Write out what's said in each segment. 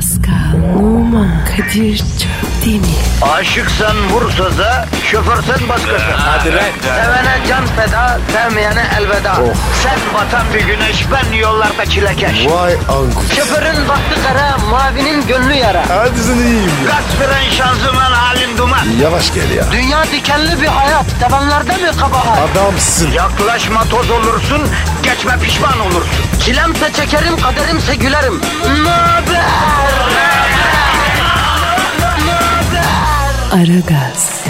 Pascal, Oman, Kadir çok değil mi? Aşıksan vursa da, şoförsen başkasın. Hadi lan. Sevene can feda, sevmeyene elveda. Sen batan bir güneş, ben yollarda çilekeş. Vay anku. Şoförün baktı kara, mavinin gönlü yara. Hadi sen iyiyim ya. Kasperen şanzıman halin duman. Yavaş gel ya. Dünya dikenli bir hayat, sevenlerde mi kabahar? Adamsın. Yaklaşma toz olursun, geçme pişman olursun. Çilemse çekerim, kaderimse gülerim. Möber! Aragaz.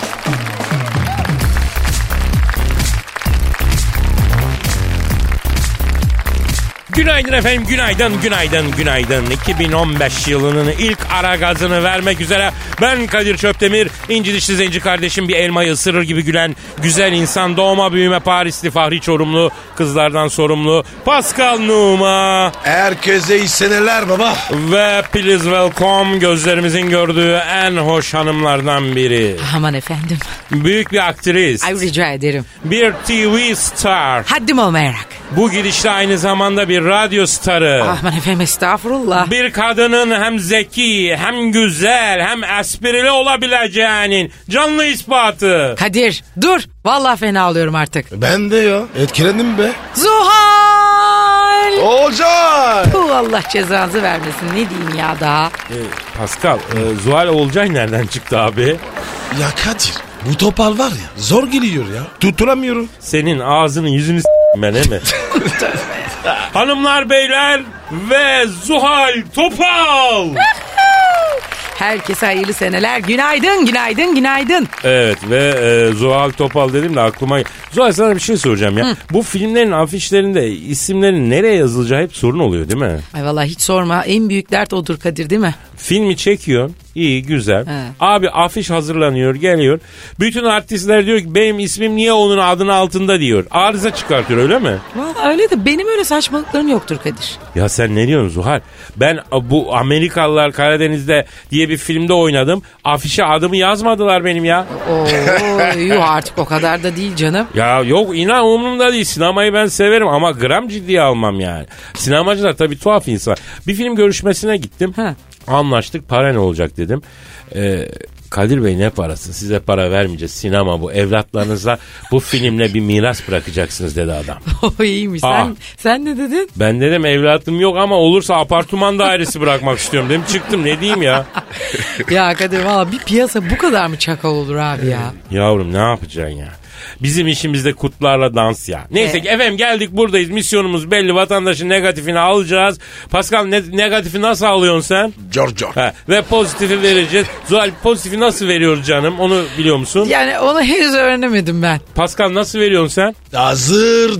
Günaydın efendim, günaydın. 2015 yılının ilk ara gazını vermek üzere ben Kadir Çöptemir, inci dişli zenci kardeşim, bir elmayı ısırır gibi gülen güzel insan, doğma büyüme Parisli, Fahri Çorumlu, kızlardan sorumlu Pascal Numa. Herkese iyi seneler baba. Ve please welcome gözlerimizin gördüğü en hoş hanımlardan biri. Aman efendim. Büyük bir aktris. Ay rica ederim. Bir TV star. Haddim ol merak. Bu gidişle aynı zamanda bir radyo starı. Aman efendim estağfurullah. Bir kadının hem zeki, hem güzel, hem esprili olabileceğinin canlı ispatı. Kadir dur. Vallahi fena oluyorum artık. Ben de ya. Etkilendim be. Zuhal. Olcay. Allah cezanızı vermesin. Ne diyeyim ya daha. Pascal, Zuhal Olcay nereden çıktı abi? Ya Kadir, bu topal var ya zor geliyor ya. Tutturamıyorum. Senin ağzını yüzünü ben değil mi? Hanımlar beyler ve Zuhal Topal. Herkese hayırlı seneler. Günaydın. Evet ve Zuhal Topal dedim de aklıma... Zuhal sana bir şey soracağım ya. Bu filmlerin afişlerinde isimlerin nereye yazılacağı hep sorun oluyor değil mi? Ay vallahi hiç sorma. En büyük dert odur Kadir değil mi? Filmi çekiyor. İyi güzel. He. Abi afiş hazırlanıyor geliyor. Bütün artistler diyor ki benim ismim niye onun adının altında diyor. Arıza çıkartıyor öyle mi? Vallahi öyle de benim öyle saçmalıklarım yoktur Kadir. Ya sen ne diyorsun Zuhal? Ben bu Amerikalılar Karadeniz'de diye bir filmde oynadım. Afişe adımı yazmadılar benim ya. Oo, yuh artık o kadar da değil canım. Ya yok inan umurumda değil. Sinemayı ben severim ama gram ciddiye almam yani. Sinemacılar tabii tuhaf insan. Bir film görüşmesine gittim. Ha. Anlaştık, para ne olacak dedim. Kadir Bey ne parası, size para vermeyeceğiz, sinema bu, evlatlarınıza bu filmle bir miras bırakacaksınız dedi adam. O iyiymiş. Aa. Sen ne dedin? Ben dedim evlatım yok ama olursa apartman dairesi bırakmak istiyorum dedim, çıktım ne diyeyim ya. Ya Kadir valla bir piyasa bu kadar mı çakal olur abi ya? Yavrum ne yapacaksın ya? Bizim işimizde kurtlarla dans ya. Neyse ki efendim geldik buradayız. Misyonumuz belli. Vatandaşın negatifini alacağız. Pascal negatifi nasıl alıyorsun sen? Cor. Ve pozitifi vereceğiz. Zuhal pozitifi nasıl veriyoruz canım? Onu biliyor musun? Yani onu henüz öğrenemedim ben. Pascal nasıl veriyorsun sen? Hazır.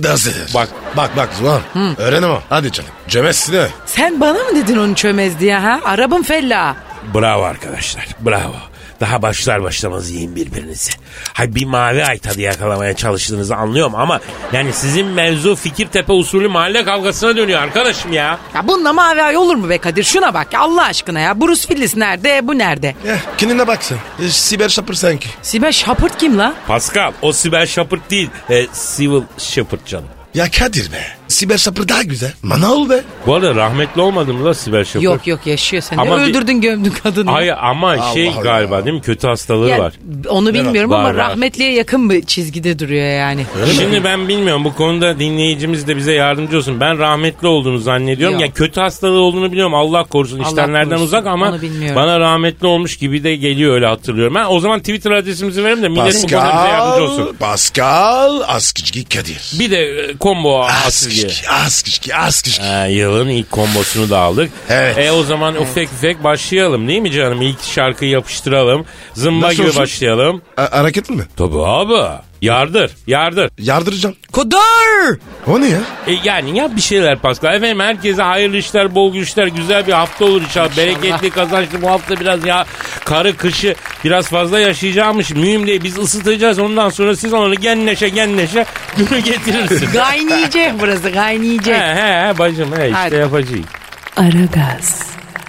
Bak Zuhal. Öğrenem o. Hadi canım. Cemesine. Sen bana mı dedin onu çömez diye ha? Arabım fella. Bravo arkadaşlar. Bravo. Daha başlamaz yiyin birbirinizi. Hay bir mavi ay tadı yakalamaya çalıştığınızı anlıyorum ama yani sizin mevzu Fikirtepe usulü mahalle kavgasına dönüyor arkadaşım ya. Ya bununla mavi ay olur mu be Kadir? Şuna bak ya Allah aşkına ya. Bruce Willis nerede? Bu nerede? Kendine bak sen. Siber şapır sanki. Sibel Şapırt kim la? Pascal o Sibel Şapırt değil. Civil Şapırt canım. Ya Kadir be. Siber şapır daha güzel. Manal be. Bu arada rahmetli olmadı mı la Sibel Şapırt? Yok yaşıyor sen. Ama öldürdün gömdün kadını. Hayır ama Allah galiba Allah. değil mi? Kötü hastalığı Ya, var. onu bilmiyorum ama Var. rahmetliye yakın bir çizgide duruyor yani. Şimdi ben bilmiyorum bu konuda dinleyicimiz de bize yardımcı olsun. Ben rahmetli olduğunu zannediyorum. Yok. Ya kötü hastalığı olduğunu biliyorum. Allah korusun Allah iştenlerden korusun. uzak ama Onu bilmiyorum. bana rahmetli olmuş gibi de geliyor öyle hatırlıyorum. Ben o zaman Twitter adresimizi verelim de millet bu konuda bize yardımcı olsun. Pascal Askışki Kadir. Bir de combo atölye. Askışki. Yılın ilk kombosunu da aldık. Evet. O zaman ufak başlayalım değil mi canım? İlk şarkıyı yapıştıralım. Zımba Nasıl gibi olsun? başlayalım. Hareketli mi? Tabii abi. Yardır. Yardıracağım. Kodar! O ne ya? Yani yap bir şeyler Pascal. Efendim herkese hayırlı işler, bol güçler, güzel bir hafta olur inşallah. Bereketli, kazançlı bu hafta biraz ya karı kışı biraz fazla yaşayacağımış. Mühim değil biz ısıtacağız ondan sonra siz onu genleşe günü getirirsiniz. Gaynayacak burası gaynayacak. He bacım işte Hadi. yapacağız. Aragaz.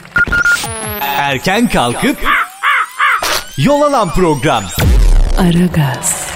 Erken kalkıp yol alan program. Aragaz.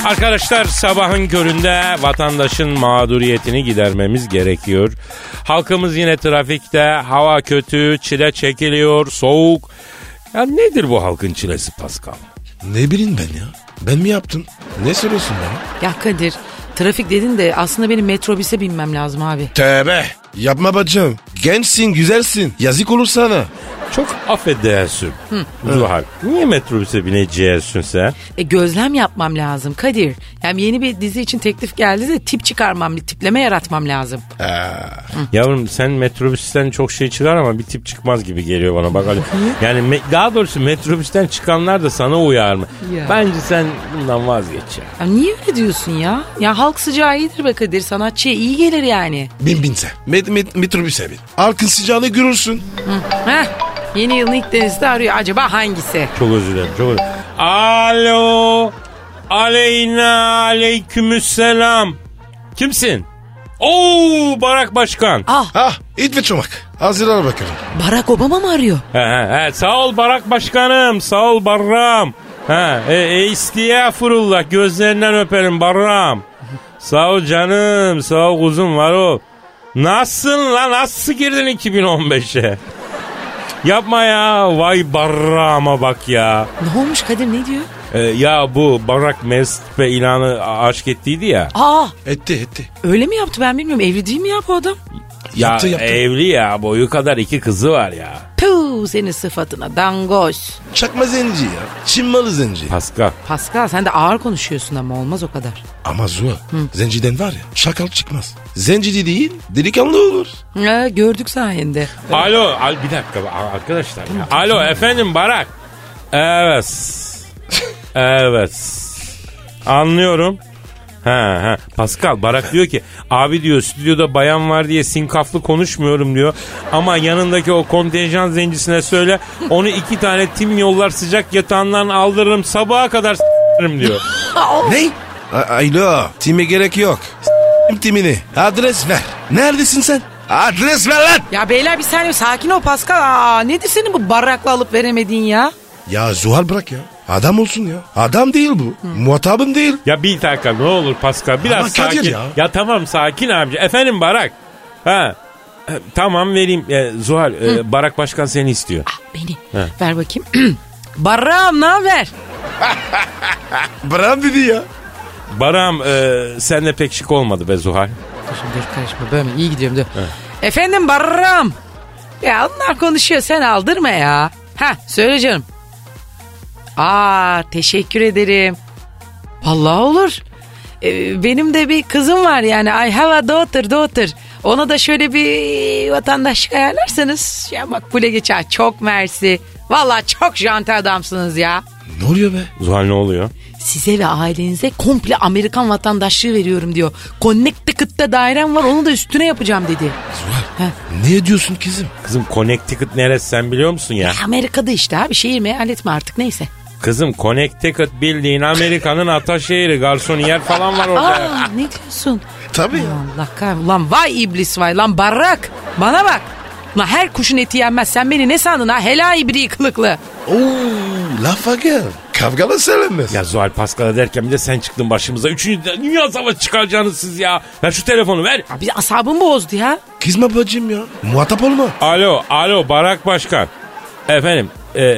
Arkadaşlar sabahın köründe vatandaşın mağduriyetini gidermemiz gerekiyor. Halkımız yine trafikte, hava kötü, çile çekiliyor, soğuk. Ya nedir bu halkın çilesi Pascal? Ne bileyim ben ya. Ben mi yaptım? Ne söylüyorsun bana? Ya Kadir, trafik dedin de aslında benim metrobüse binmem lazım abi. Tövbe. Yapma bacım. Gençsin, güzelsin. Yazık olur sana. Çok affedersin. Zuhal, niye metrobüse bineceksin sen? Gözlem yapmam lazım Kadir. Yani yeni bir dizi için teklif geldi de tip çıkarmam, bir tipleme yaratmam lazım. Yavrum sen metrobüsten çok şey çıkar ama bir tip çıkmaz gibi geliyor bana. Bak hadi. Yani daha doğrusu metrobüsten çıkanlar da sana uyar mı? Ya. Bence sen bundan vazgeç ya. Ya niye öyle diyorsun ya? Ya halk sıcağı iyidir be Kadir. Sanatçıya iyi gelir yani. Bin sen. Metrobüse bin. Halkın sıcağını görürsün. Heh. Yeni yılın ilk denizde arıyor. Acaba hangisi? Çok özür dilerim. Çok özür dilerim. Alo. Aleyna aleykümselam. Kimsin? Oo, Barak Başkan. İt ve çomak. Hazır al bakalım. Barack Obama mı arıyor? He, sağ ol Barak Başkanım. Sağ ol Barram. Estağfurullah. Gözlerinden öperim Barram. Sağ ol canım. Sağ ol kuzum, var ol. Nasılsın lan? Nasıl girdin 2015'e? Yapma ya. Vay Barram'a bak ya. Ne olmuş Kadir, ne diyor? Ya bu Barak Mesut'e ilanı aşk ettiydi ya. Etti. Öyle mi yaptı, ben bilmiyorum. Evli değil mi ya bu adam? Yaptı. Evli ya, boyu kadar 2 kızı var ya. Puh, senin sıfatına dangoz. Çakma zenci ya. Çin malı zenci. Pascal sen de ağır konuşuyorsun ama olmaz o kadar. Ama Zuhal, zenciden var ya şakal çıkmaz. Zenci değil, delikanlı olur. Gördük sayende. Alo, bir dakika arkadaşlar ya. Alo efendim Barak. Evet. Anlıyorum. Pascal, Barak diyor ki abi diyor stüdyoda bayan var diye sinkaflı konuşmuyorum diyor. Ama yanındaki o kontenjan zencisine söyle onu 2 tane tim yollar sıcak yatağından aldırırım sabaha kadar s***rim diyor. Ne? Alo, time gerek yok. Timini. Adres ver. Neredesin sen? Adres ver lan. Ya beyler bir saniye sakin ol Pascal. Nedir senin bu Barak'la alıp veremediğin ya? Ya Zuhal bırak ya. Adam olsun ya. Adam değil bu. Muhatabım değil. Ya bir dakika ne olur Pascal biraz ama sakin. Kadir ya. Ya tamam sakin amca. Efendim Barak. Tamam vereyim. Zuhal Barak Başkan seni istiyor. Beni. Ver bakayım. Barak'ım ne haber? Barak dedi ya. Barak'ım sen de pek şık olmadı be Zuhal. Dur karışma böyle iyi gidiyorum dur. Efendim Barak'ım. Ya onlar konuşuyor sen aldırma ya. Söyle canım. Teşekkür ederim. Vallahi olur. Benim de bir kızım var yani. I have a daughter. Ona da şöyle bir vatandaşlık ayarlarsanız. Ya makbule geçer. Çok mersi. Vallahi çok janti adamsınız ya. Ne oluyor be? Zuhal ne oluyor? Size ve ailenize komple Amerikan vatandaşlığı veriyorum diyor. Connecticut'ta dairem var onu da üstüne yapacağım dedi. Zuhal ne diyorsun kızım? Kızım Connecticut neresi sen biliyor musun ya? Amerika'da işte abi şehir meyalet mi artık neyse. Kızım Connecticut bildiğin Amerika'nın ataşehri, garsoniyer falan var orada. Ne diyorsun? Tabii ya. Allah kahretsin. Lan vay iblis vay lan Barak. Bana bak. Lan her kuşun eti yenmez. Sen beni ne sandın ha? Hela ibri kılıklı. Lafa gel. Kavgalı söylenmez. Ya Zuhal Pascal'a derken bir de sen çıktın başımıza. 3. Dünya Savaşı çıkaracağınız siz ya. Ver şu telefonu ver. Abi asabımı bozdu ya. Kızma bacım ya. Muhatap olma. Alo Barak Başkan. Efendim.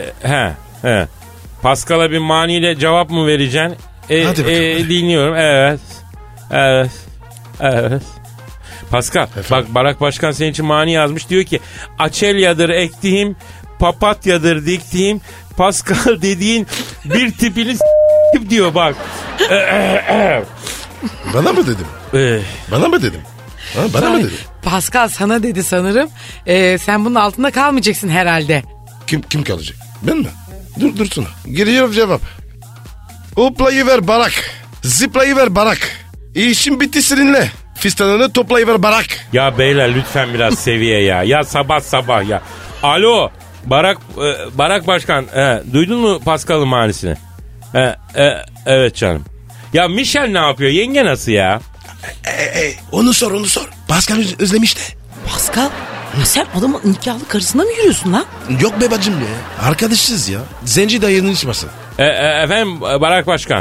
Pascal'a bir maniyle cevap mı vereceksin? Hadi bakalım. Dinliyorum. Evet. Pascal bak Barak Başkan senin için mani yazmış. Diyor ki açelyadır ektiğim, papatyadır diktiğim, Pascal dediğin bir tipini diyor bak. Bana mı dedim? Bana mı dedim? Bana mı dedim? Pascal sana dedi sanırım. Sen bunun altında kalmayacaksın herhalde. Kim kalacak? Ben mi? Dursana. Giriyor cevap. Hoplayıver Barak. Zıplayıver Barak. İşim bitti seninle. Fistanını toplayıver Barak. Ya beyler lütfen biraz seviye ya. Ya sabah ya. Alo Barak Başkan. Duydun mu Pascal'ın manisini? Evet canım. Ya Michel ne yapıyor? Yenge nasıl ya? Onu sor. Pascal özlemiş de. Pascal? Sen adamın nikahlı karısına mı yürüyorsun lan? Yok be bacım ya. Arkadaşız ya. Zenci dayının içmesin. Efendim Barak Başkan.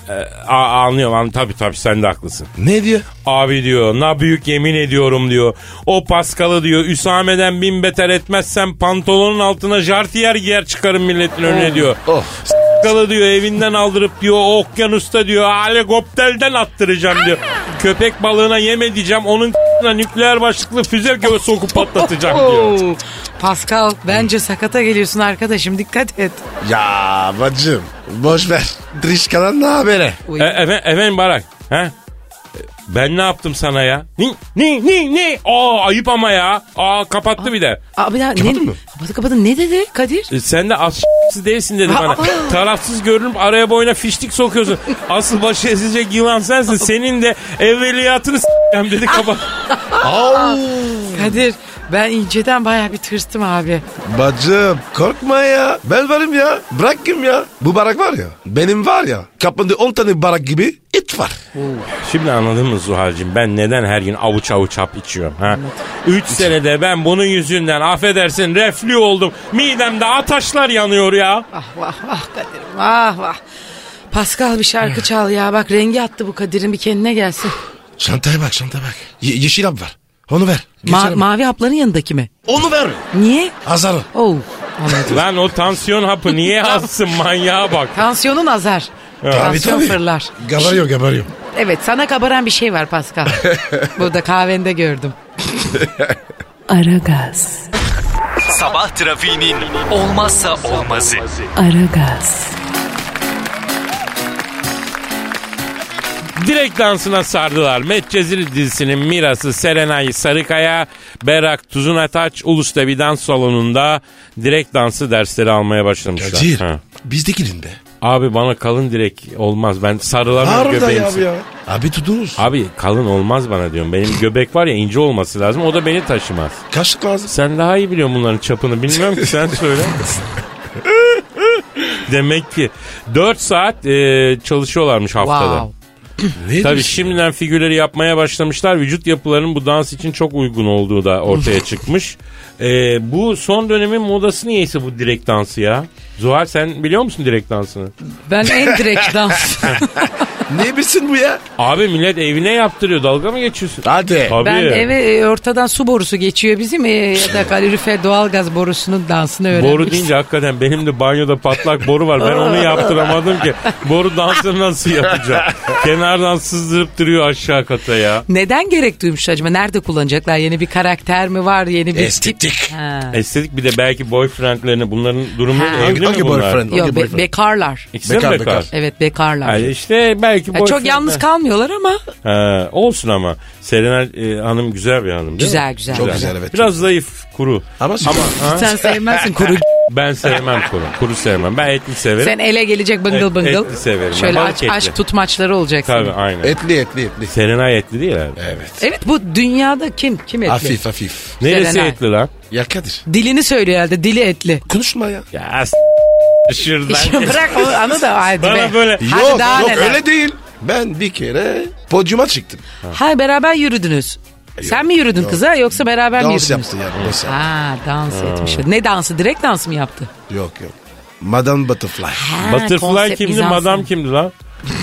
Anlıyorum. Tabii sen de haklısın. Ne diyor? Abi diyor, na büyük yemin ediyorum diyor. O Paskal'ı diyor Üsame'den bin beter etmezsem pantolonun altına jartiyer giyer çıkarım milletin önüne diyor. Oh. Paskal'ı diyor evinden aldırıp diyor okyanusta diyor helikopterden attıracağım diyor. Köpek balığına yem edeceğim, onun nükleer başlıklı füze sokup patlatacağım diyor. Pascal bence sakata geliyorsun arkadaşım, dikkat et. Ya bacım boş ver. Trişkadan ne habere? Efendim Barak. He? Ben ne yaptım sana ya? Ne? Ayıp ama ya. Kapattı bir de. Abi ya, Kapadın mı? Kapadın. Ne dedi Kadir? Sen de değilsin dedi bana. Tarafsız görünüp araya boyuna fiştik sokuyorsun. Asıl başı ezilecek yılan sensin. Senin de evveliyatını s***em dedi kapat. Kadir, ben inceden bayağı bir tırstım abi. Bacım korkma ya. Ben varım ya. Bırakayım ya. Bu barak var ya. Benim var ya. Kapında 10 tane barak gibi it var. Şimdi anladın mı Zuhal'cığım? Ben neden her gün avuç hap içiyorum? 3 senede ben bunun yüzünden affedersin reflü oldum. Midemde ataşlar yanıyor ya. Vah Kadir'im vah. Pascal bir şarkı çal ya. Bak rengi attı bu Kadir'in, bir kendine gelsin. Çantaya bak. Yeşil hap var. Onu ver. Mavi hapların yanındaki mi? Onu ver. Niye? Azarı. Anladım. Lan o tansiyon hapı niye alsın, manyağa bak. Tansiyonun azar. Tansiyon fırlar. Gabarıyor. Evet, sana kabaran bir şey var Pascal. Burada kahvende gördüm. Aragaz. Sabah trafiğinin olmazsa olmazı. Aragaz. Direkt dansına sardılar. Medcezir dizisinin mirası Serenay Sarıkaya, Berrak Tuzunataç Ulus'ta bir dans salonunda direkt dansı dersleri almaya başlamışlar. Kadir bizdekinin be. Abi bana kalın direkt olmaz. Ben sarılamıyorum Harbiden göbeğim. abi ya. Abi tutunuz. Abi kalın olmaz bana diyorum. Benim göbek var ya, ince olması lazım. O da beni taşımaz. Kaşık lazım. Sen daha iyi biliyorsun bunların çapını. Bilmiyorum ki, sen söyle. Demek ki 4 saat çalışıyorlarmış haftada. Wow. Tabii şimdiden figürleri yapmaya başlamışlar. Vücut yapılarının bu dans için çok uygun olduğu da ortaya çıkmış. Bu son dönemin modası niyeyse bu direkt dansı ya. Zuhal sen biliyor musun direkt dansını? Ben en direkt dans. Ne bilsin bu ya? Abi millet evine yaptırıyor. Dalga mı geçiyorsun? Hadi. Tabii. Ben eve ortadan su borusu geçiyor bizim ya da kalorifer doğalgaz borusunun dansını öğrenmiş. Boru deyince hakikaten benim de banyoda patlak boru var. Ben onu yaptıramadım ki. Boru dansını nasıl yapacağım? Kenardan sızdırıp duruyor aşağı kata ya. Neden gerek duymuş acaba? Nerede kullanacaklar? Yeni bir karakter mi var? Yeni bir Estetik. Estetik, bir de belki boyfriendlerini, bunların durumu evli mi Hangi bunlar? boyfriend? Yok bekarlar. İkisi de bekar. Evet bekarlar. Yani işte belki Ya çok yalnız kalmıyorlar ama. Olsun ama. Serenay Hanım güzel bir hanım değil mi? Güzel. Çok güzel evet. Biraz zayıf, kuru. Ama Sen sevmezsin kuru. Ben sevmem kuru. Kuru sevmem. Ben etli severim. Sen ele gelecek bıngıl bıngıl. Etli severim. Şöyle Balık etli. aşk tutmaçları olacak. Tabii aynen. etli. Serenay etli değil abi. Evet. Evet, bu dünyada kim etli? Hafif. Neresi Serenay. etli lan? Ya Kadir. Dilini söylüyor herhalde, dili etli. Konuşma ya. Ya şuradan. Bırak onu da hadi Bana be. böyle. Hadi Yok daha neler. öyle değil. Ben bir kere podyuma çıktım. Hayır, beraber yürüdünüz. Sen mi yürüdün kıza yoksa beraber mi Dans yürüdünüz? yaptı yani. Dans yaptı. Dans etmiş. Ne dansı? Direkt dans mı yaptı? Yok. Madame Butterfly. Butterfly konsept, kimdi, mizansen. madam kimdi lan?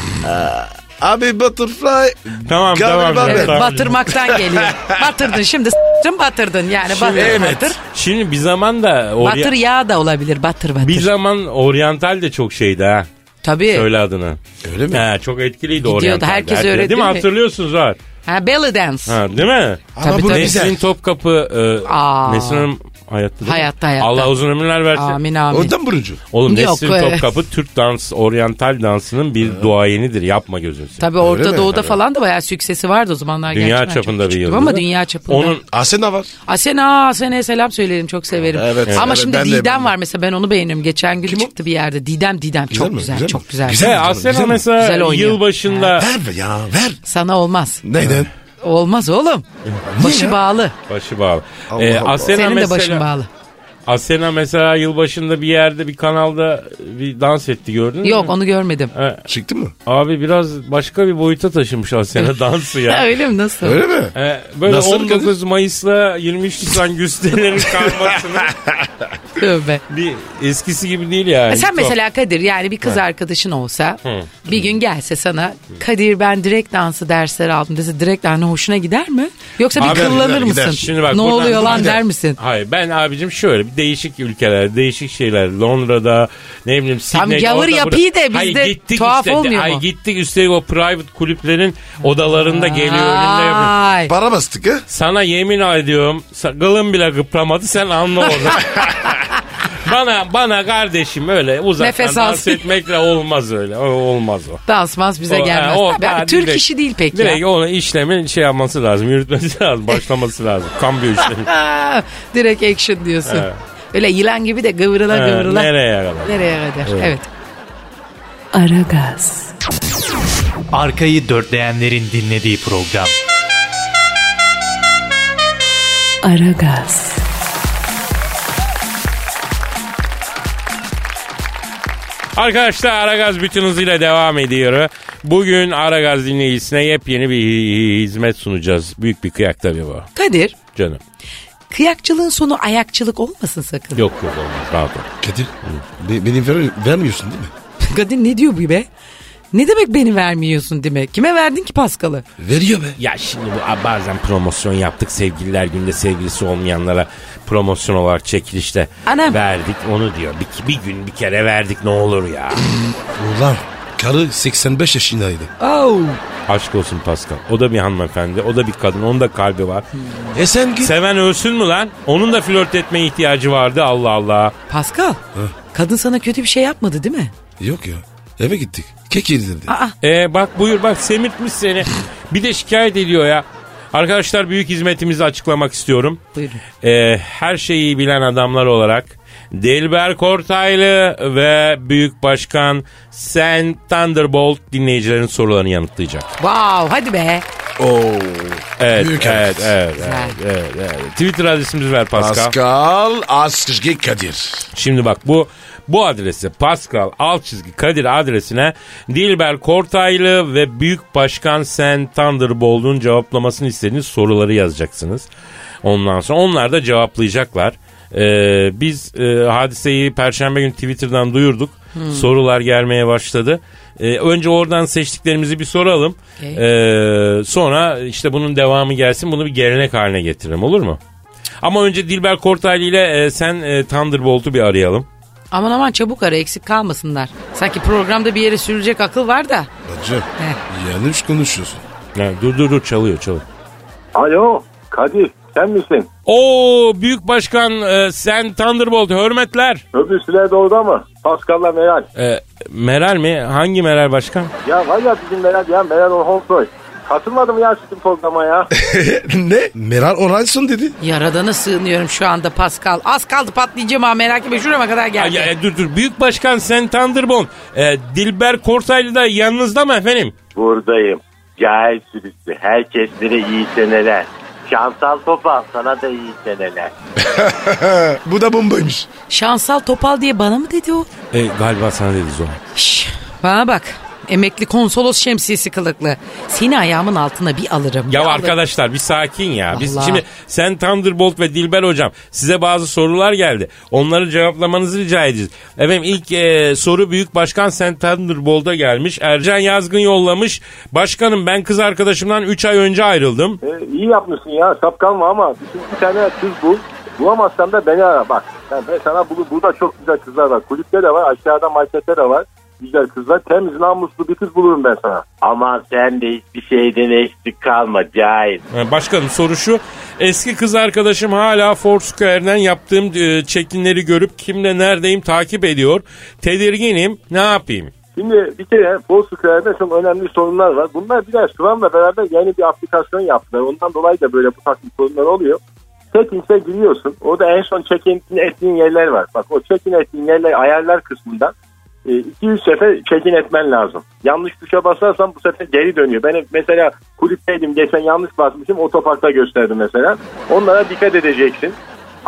Abi Butterfly. Tamam. Evet, Tamam. batırmaktan geliyor. Batırdın şimdi batırdın yani. Batır. Şimdi bir zaman da Batır yağ da olabilir. Batır. bir zaman oryantal de çok şeydi ha. Tabii. Söyle adını. Öyle mi? Çok etkiliydi Gidiyordu, oryantal. herkes Değil öyle mi? değil mi? Hatırlıyorsunuz var. Belly dance. Değil mi? Ama Tabii, bu tabii. güzel. Nesrin Topkapı. Nesrin Hanım hayatta değil mi? Hayatta. Allah uzun ömürler versin. Amin. Ondan buruncu. Oğlum Yok, Nesrin evet. Topkapı Türk dans, oryantal dansının bir duayenidir. Yapma gözünü seveyim. Tabii Öyle Orta mi? Doğu'da falan da bayağı süksesi vardı o zamanlar. Dünya Gerçi ben çok çapında bir küçüktüm yıldız. ama dünya çapında. Onun Asena var. Asena'ya selam söylerim, çok severim. Evet, Ama evet, şimdi ben de- Didem var mesela, ben onu beğeniyorum. Geçen gün çıktı bir yerde. Didem çok mi? güzel, Güzel çok mi? güzel. Güzel. canım, Asena güzel mi? mesela Güzel oynuyor. yılbaşında Ver. Sana olmaz. Neyden? Olmaz oğlum. Başı ya? bağlı. başı bağlı. Allah Allah. Asena Senin de mesela, başın bağlı. Asena mesela yılbaşında bir yerde bir kanalda bir dans etti, gördün mü? Yok, onu görmedim. Çıktı mı? Abi biraz başka bir boyuta taşımış Asena dansı ya. Öyle mi, nasıl? Öyle mi? Böyle Nasıl 19 Kadir? Mayıs'la 23 Nisan gösterilerin kalmasını Tövbe. bir eskisi gibi değil yani. Sen mesela Kadir, yani bir kız arkadaşın olsa bir gün gelse sana, Kadir ben direkt dansı dersleri aldım dese, direkt hani hoşuna gider mi? Yoksa bir Abi, kıllanır gider. mısın? Şimdi bak, ne buradan- oluyor lan gider. der misin? Hayır, ben abicim şöyle bir değişik ülkeler, değişik şeyler, Londra'da, ne bileyim Sydney'de. gavur orada, yapıyı burada. da bizde Hayır, gittik tuhaf işte, olmuyor mu? Hayır, gittik üstelik o private kulüplerin odalarında geliyor önünde yapıyor. Ay. Para bastık ha? Sana yemin ediyorum kılım bile kıpramadı, sen anla orada. Bana kardeşim öyle uzaktan Nefes dans alsın. etmekle olmaz öyle. Olmaz o. Dansmaz bize gelmez. Tabii, Türk direkt- işi değil pek direkt ya. onu işlemin yapması lazım, yürütmesi lazım, başlaması lazım. Kambiyo işlemi. Direkt action diyorsun. Evet. Öyle yılan gibi de kıvrıla kıvrıla. Nereye kadar? Nereye kadar? Evet. Aragaz, Arkayı dörtleyenlerin dinlediği program. Aragaz, Arkadaşlar, Aragaz bütün hızıyla devam ediyor. Bugün Aragaz dinleyicisine yepyeni bir hizmet sunacağız. Büyük bir kıyak tabii bu. Kadir, Canım. kıyakçılığın sonu ayakçılık olmasın sakın. Yok olmaz, rahat ol. Kadir beni vermiyorsun değil mi? Kadir ne diyor bu be? Ne demek beni vermiyorsun demek? Kime verdin ki Paskal'ı? Veriyor be. Ya şimdi bu bazen promosyon yaptık, sevgililer günde sevgilisi olmayanlara promosyon olarak çekilişte Anam. verdik, onu diyor. Bir gün bir kere verdik, ne olur ya. Ulan karı 85 yaşındaydı. Oh. Aşk olsun Pascal. O da bir hanımefendi, o da bir kadın, onun da kalbi var. Sen git. Seven ölsün mü lan? Onun da flört etmeye ihtiyacı vardı, Allah Allah. Pascal, kadın sana kötü bir şey yapmadı değil mi? Yok ya. Eve gittik. Kek yedirdi. Bak buyur, bak semirtmiş seni. Bir de şikayet ediyor ya. Arkadaşlar, büyük hizmetimizi açıklamak istiyorum. Buyurun. Her şeyi bilen adamlar olarak Dilber Kortaylı ve Büyük Başkan Sen Thunderbolt dinleyicilerin sorularını yanıtlayacak. Wow, hadi be. Oo. Evet, Büyük evet, hareket. evet. Twitter adresimizi ver Pascal. Pascal Askışgi Kadir. Şimdi bak, bu adrese, Pascal _Kadir adresine Dilber Kortaylı ve Büyük Başkan Sen Thunderbolt'un cevaplamasını istediğiniz soruları yazacaksınız. Ondan sonra onlar da cevaplayacaklar. Biz hadiseyi Perşembe günü Twitter'dan duyurduk. Sorular gelmeye başladı. Önce oradan seçtiklerimizi bir soralım. Okay. Sonra işte bunun devamı gelsin. Bunu bir gelenek haline getirelim, olur mu? Ama önce Dilber Kortaylı ile Sen Thunderbolt'u bir arayalım. Aman çabuk ara, eksik kalmasınlar. Sanki programda bir yere sürülecek akıl var da. Hacı yanlış konuşuyorsun. Ha, dur çalıyor. Alo Kadir, sen misin? Oo, Büyük Başkan Sen Thunderbolt, hürmetler. Öbürsüler de orada mı? Pascal'la Meral. Meral mi? Hangi Meral Başkan? Ya var ya bizim Meral ya, Meral Orhonsoy. Katılmadı mı ya sizin programa ya? Ne? Meral Orhanson dedi. Yaradana sığınıyorum şu anda Pascal. Az kaldı patlayacağım ha, merak etme, şurama kadar geldi. Dur. Büyük Başkan Sen Thunderbolt. Dilber Kortaylı da yanınızda mı efendim? Buradayım. Cahil sürüsü. Herkeslere iyi seneler. Şansal Topal, sana da iyi seneler. Bu da bombaymış. Şansal Topal diye bana mı dedi o? Galiba sana dedi Zoran. Şşş, bana bak. Emekli konsolos şemsiyesi kılıklı. Seni ayağımın altına bir alırım. Ya bir arkadaşlar bir sakin ya. Biz Allah. şimdi Sen Thunderbolt ve Dilber hocam, size bazı sorular geldi. Onları cevaplamanızı rica edeceğiz. Efendim ilk soru Büyük Başkan Sen Thunderbolt'a gelmiş. Ercan Yazgın yollamış. Başkanım, ben kız arkadaşımdan 3 ay önce ayrıldım. İyi yapmışsın ya, sapkalma ama bir tane kız bul. Bulamazsan da beni ara bak. Yani ben sana burada çok güzel kızlar var. Kulüpte de var, aşağıda markette de var. Güzel kızlar, temiz namuslu bir kız bulurum ben sana. Aman sen de hiçbir şeyden eksik kalma cahil. Başkanım, soru şu. Eski kız arkadaşım hala Foursquare'den yaptığım check-in'leri görüp kimle neredeyim takip ediyor. Tedirginim, ne yapayım? Şimdi bir kere Foursquare'de çok önemli sorunlar var. Bunlar biraz Sıvan'la beraber yeni bir aplikasyon yaptılar. Ondan dolayı da böyle bu takım sorunlar oluyor. Settings'e giriyorsun. Orada en son check-in ettiğin yerler var. Bak o check-in ettiğin yerler ayarlar kısmında 200 sefer check-in etmen lazım. Yanlış tuşa basarsan bu sefer geri dönüyor. Ben mesela kulüpteydim, geçen yanlış basmışım, otoparkta gösterdi mesela. Onlara dikkat edeceksin.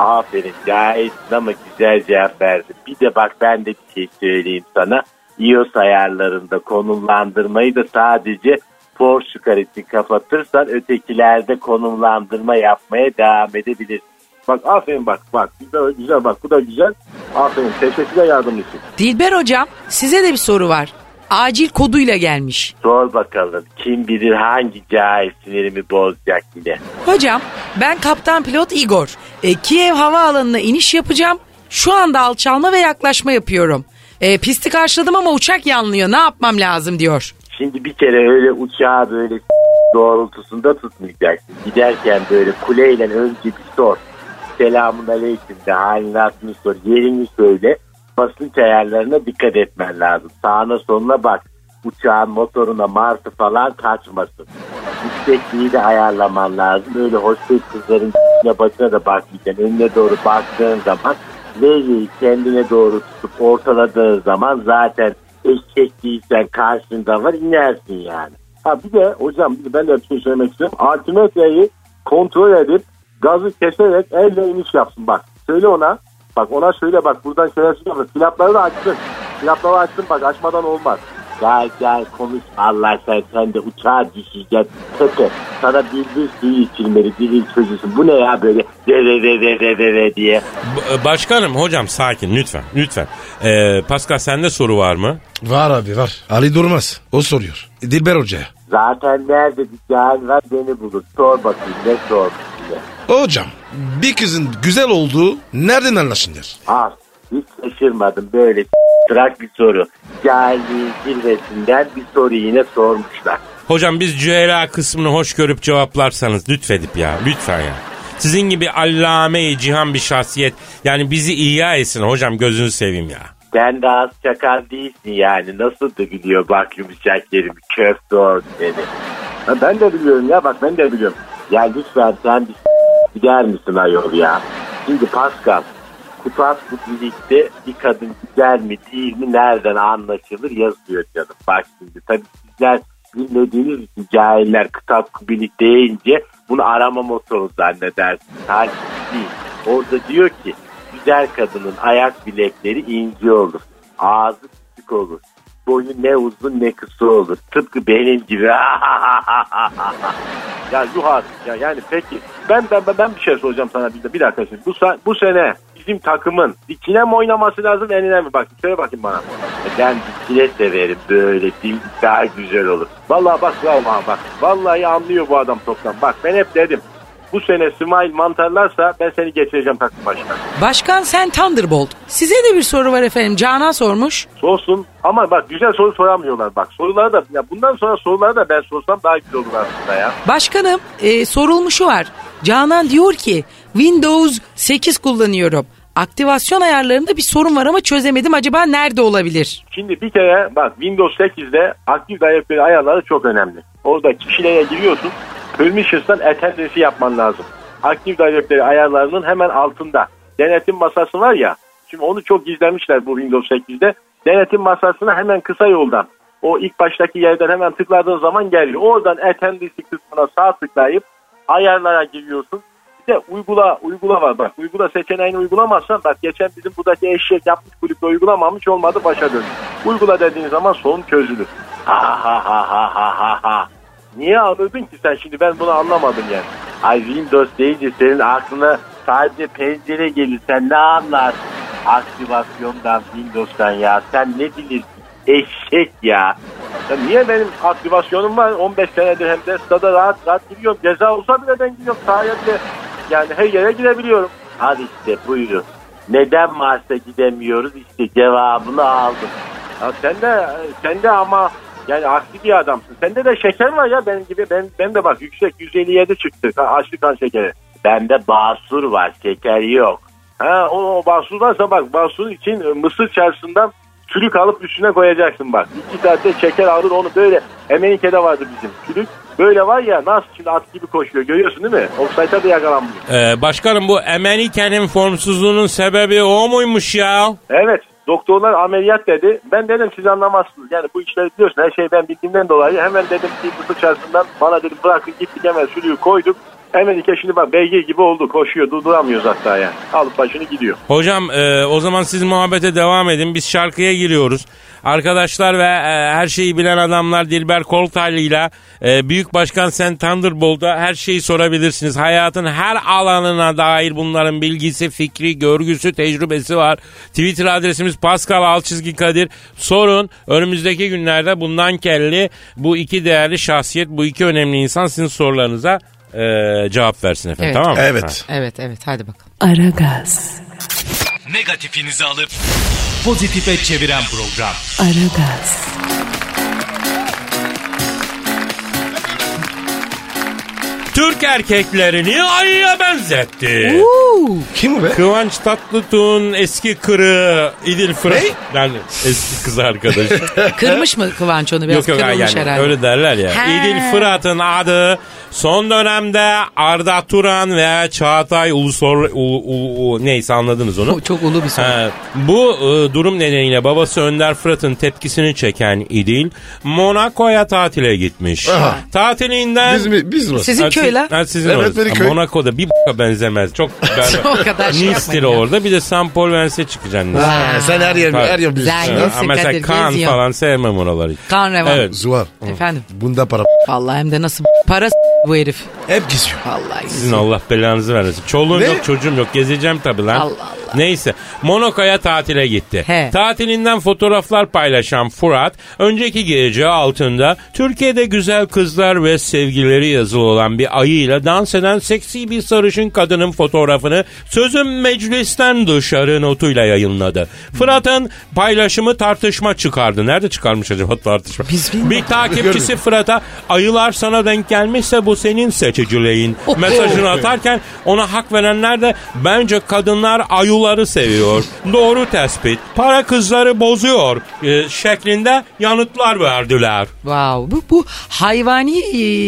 Aferin, gayetsin ama güzel cevap verdin. Bir de bak ben de bir şey söyleyeyim sana. iOS ayarlarında konumlandırmayı da sadece Porsche için kapatırsan ötekilerde konumlandırma yapmaya devam edebilirsin. Bak aferin bak güzel bak bu da güzel. Aferin teşekkürler yardım için. Dilber hocam size de bir soru var. Acil koduyla gelmiş. Sor bakalım kim bilir hangi cahil sinirimi bozacak yine. Hocam ben kaptan pilot Igor. Kiev havaalanına iniş yapacağım. Şu anda alçalma ve yaklaşma yapıyorum. Pisti karşıladım ama uçak yanlıyor. Ne yapmam lazım diyor. Şimdi bir kere öyle uçağı böyle doğrultusunda tutmayacaksın. Giderken böyle kuleyle önce bir sor. Selamun aleyküm de halini hatırını sor. Yerini söyle. Basınç ayarlarına dikkat etmen lazım. Sağına soluna bak. Uçağın motoruna martı falan kaçmasın. Yüksekliği de ayarlaman lazım. Öyle hostes kızların başına da bakmayacaksın. Önüne doğru baktığın zaman levyeyi kendine doğru tutup ortaladığın zaman zaten eşek değilsen karşında var inersin yani. Ha bir de hocam ben de bir şey söylemek istiyorum. Altimetreyi kontrol edip gazı keserek elle iniş yapsın bak. Söyle ona. Bak ona söyle bak buradan şerefsiz yapın. Silapları da açsın. Silapları açsın bak açmadan olmaz. Gel konuş Allah sen de uçağa düşeceksin. Tepe sana bir suyu içilmeli bir çözülsün. Bu ne ya böyle ve diye. Başkanım hocam sakin lütfen. Pascal sende soru var mı? Var abi var. Ali Durmaz o soruyor. Dilber Hoca'ya. Zaten nerede bir cahil var beni bulur. Sor bakayım ne sor diye. Hocam bir kızın güzel olduğu nereden anlaşılır? Hiç şaşırmadım böyle trak bir soru. Cahilliğin zirvesinden bir soru yine sormuşlar. Hocam biz cüela kısmını hoş görüp cevaplarsanız lütfedip ya lütfen ya. Sizin gibi allame-i cihan bir şahsiyet yani bizi ihya etsin hocam gözünü seveyim ya. Sen de az çakal değilsin yani nasıl da biliyor bak yumuşak yerimi köfte or seni. Ben de biliyorum ya bak ben de biliyorum. Ya lütfen sen bir gider misin ayol ya? Şimdi Pascal Kupas bu birlikte bir kadın güzel mi değil mi nereden anlaşılır yazıyor canım. Bak şimdi tabii sizler bilmediğiniz için cahiller kitap kubilik deyince bunu arama motoru zannedersiniz. Halbuki değil. Orada diyor ki güzel kadının ayak bilekleri ince olur. Ağzı küçük olur. Boyu ne uzun ne kısa olur. Tıpkı benim gibi. Ya yuh artık ya yani peki ben bir şey soracağım sana bir dakika şimdi. Bu sene bizim takımın dikine mi oynaması lazım enine mi? Bak söyle bakayım bana. Ben dikine severim böyle daha güzel olur. Vallahi bak bak vallahi anlıyor bu adam toptan. Bak ben hep dedim. Bu sene Smile mantarlarsa ben seni geçireceğim takım başına. Başkan sen Thunderbolt. Size de bir soru var efendim. Canan sormuş. Sorsun ama bak güzel soru soramıyorlar. Bak soruları da ya bundan sonra soruları da ben sorsam daha güzel olur aslında ya. Başkanım sorulmuşu var. Canan diyor ki Windows 8 kullanıyorum. Aktivasyon ayarlarında bir sorun var ama çözemedim. Acaba nerede olabilir? Şimdi bir kere bak Windows 8'de aktif directory ayarları çok önemli. Orada kişilere giriyorsun. Permissions'tan attendance'i yapman lazım. Active Directory ayarlarının hemen altında. Denetim masası var ya. Şimdi onu çok gizlemişler bu Windows 8'de. Denetim masasına hemen kısa yoldan. O ilk baştaki yerden hemen tıkladığın zaman geliyor. Oradan attendance kısmına sağ tıklayıp ayarlara giriyorsun. Bir de uygula var bak. Uygula seçeneğini uygulamazsan bak geçen bizim buradaki eşek yapmış kulüpte uygulamamış olmadı başa dönüyor. Uygula dediğin zaman sorun çözülür. Niye anladın ki sen şimdi ben bunu anlamadım yani. Ay Windows deyince senin aklına sadece pencere gelir sen ne anlarsın? Aktivasyondan Windows'tan ya sen ne bilirsin eşek ya. Ya niye benim aktivasyonum var 15 senedir hem de stada rahat giriyorum. Ceza olsa bile ben gidiyorum sahaya bile yani her yere gidebiliyorum. Hadi işte buyurun. Neden Mars'a gidemiyoruz işte cevabını aldım. Ya sen de ama yani aksi bir adamsın. Sende de şeker var ya benim gibi. Ben de bak yüksek 157 çıktı. Açlık kan şekeri. Bende basur var şeker yok. O basur varsa bak basur için mısır çarşısından çürük alıp üstüne koyacaksın bak. 2 saatte şeker alır onu böyle. Emenike'de vardı bizim çürük. Böyle var ya nasıl şimdi at gibi koşuyor görüyorsun değil mi? Offside'a da yakalanmıyor. Başkanım bu Emenike'nin formsuzluğunun sebebi o muymuş ya? Evet. Doktorlar ameliyat dedi. Ben dedim siz anlamazsınız. Yani bu işleri biliyorsun. Her şeyi ben bildiğimden dolayı hemen dedim ki mısır çarşısından bana dedim bırakın gittik hemen sürüyü koyduk. Emelike şimdi bak beygir gibi oldu. Koşuyor, durduramıyoruz hatta yani. Alıp başını gidiyor. Hocam o zaman siz muhabbete devam edin. Biz şarkıya giriyoruz. Arkadaşlar ve her şeyi bilen adamlar Dilber Kortaylı'yla Büyük Başkan Sen Thunderbolt'a her şeyi sorabilirsiniz. Hayatın her alanına dair bunların bilgisi, fikri, görgüsü, tecrübesi var. Twitter adresimiz Pascal_Kadir. Sorun. Önümüzdeki günlerde bundan kelli bu iki değerli şahsiyet, bu iki önemli insan sizin sorularınıza cevap versin efendim. Evet. Tamam mı? Evet. Evet hadi bakalım. Aragaz, Negatifinizi alıp pozitife çeviren program. Aragaz, Türk erkeklerini ayıya benzetti. Kim be? Kıvanç Tatlıtuğ'un eski kırı İdil Fırat. Yani eski kız arkadaşı. Kırmış mı Kıvanç onu? Biraz Yok kırılmış yani herhalde. öyle derler ya. He. İdil Fırat'ın adı son dönemde Arda Turan ve Çağatay neyse anladınız onu. Çok ulu bir soru. Bu durum nedeniyle babası Önder Fırat'ın tepkisini çeken İdil Monaco'ya tatile gitmiş. Aha. Tatilinden... Biz mi? Sizin köy la. Sizin Evet, orası. benim köy. Monaco'da bir b***a benzemez. Çok O kadar şey Nice'dir yapmayın ya. orada. Bir de St. Paul Vence çıkacaksın. Sen her yer biliyorsun. Güzel. Evet, Neyse, mesela Kadir, Cannes geziyor. falan sevmem oraları. Kan revan. Evet. Zuhal. Efendim. Bunda para Vallahi hem de nasıl para bu herif. hep geziyor. Vallahi. Sizin Allah belanızı vermesin. Çoluğum Ne? yok, çocuğum yok. Gezeceğim tabii lan. Allah Allah. Neyse. Monaco'ya tatile gitti. He. Tatilinden fotoğraflar paylaşan Fırat, önceki gece altında Türkiye'de güzel kızlar ve sevgileri yazılı olan bir ayıyla dans eden seksi bir sarışın kadının fotoğrafını sözüm meclisten dışarı notuyla yayınladı. Fırat'ın paylaşımı tartışma çıkardı. Nerede çıkarmış acaba tartışma? Bir takipçisi Fırat'a ayılar sana denk gelmişse bu senin seçiciliğin mesajını atarken ona hak verenler de bence kadınlar ayıları seviyor. Doğru tespit. Para kızları bozuyor şeklinde yanıtlar verdiler. Wow. Bu hayvani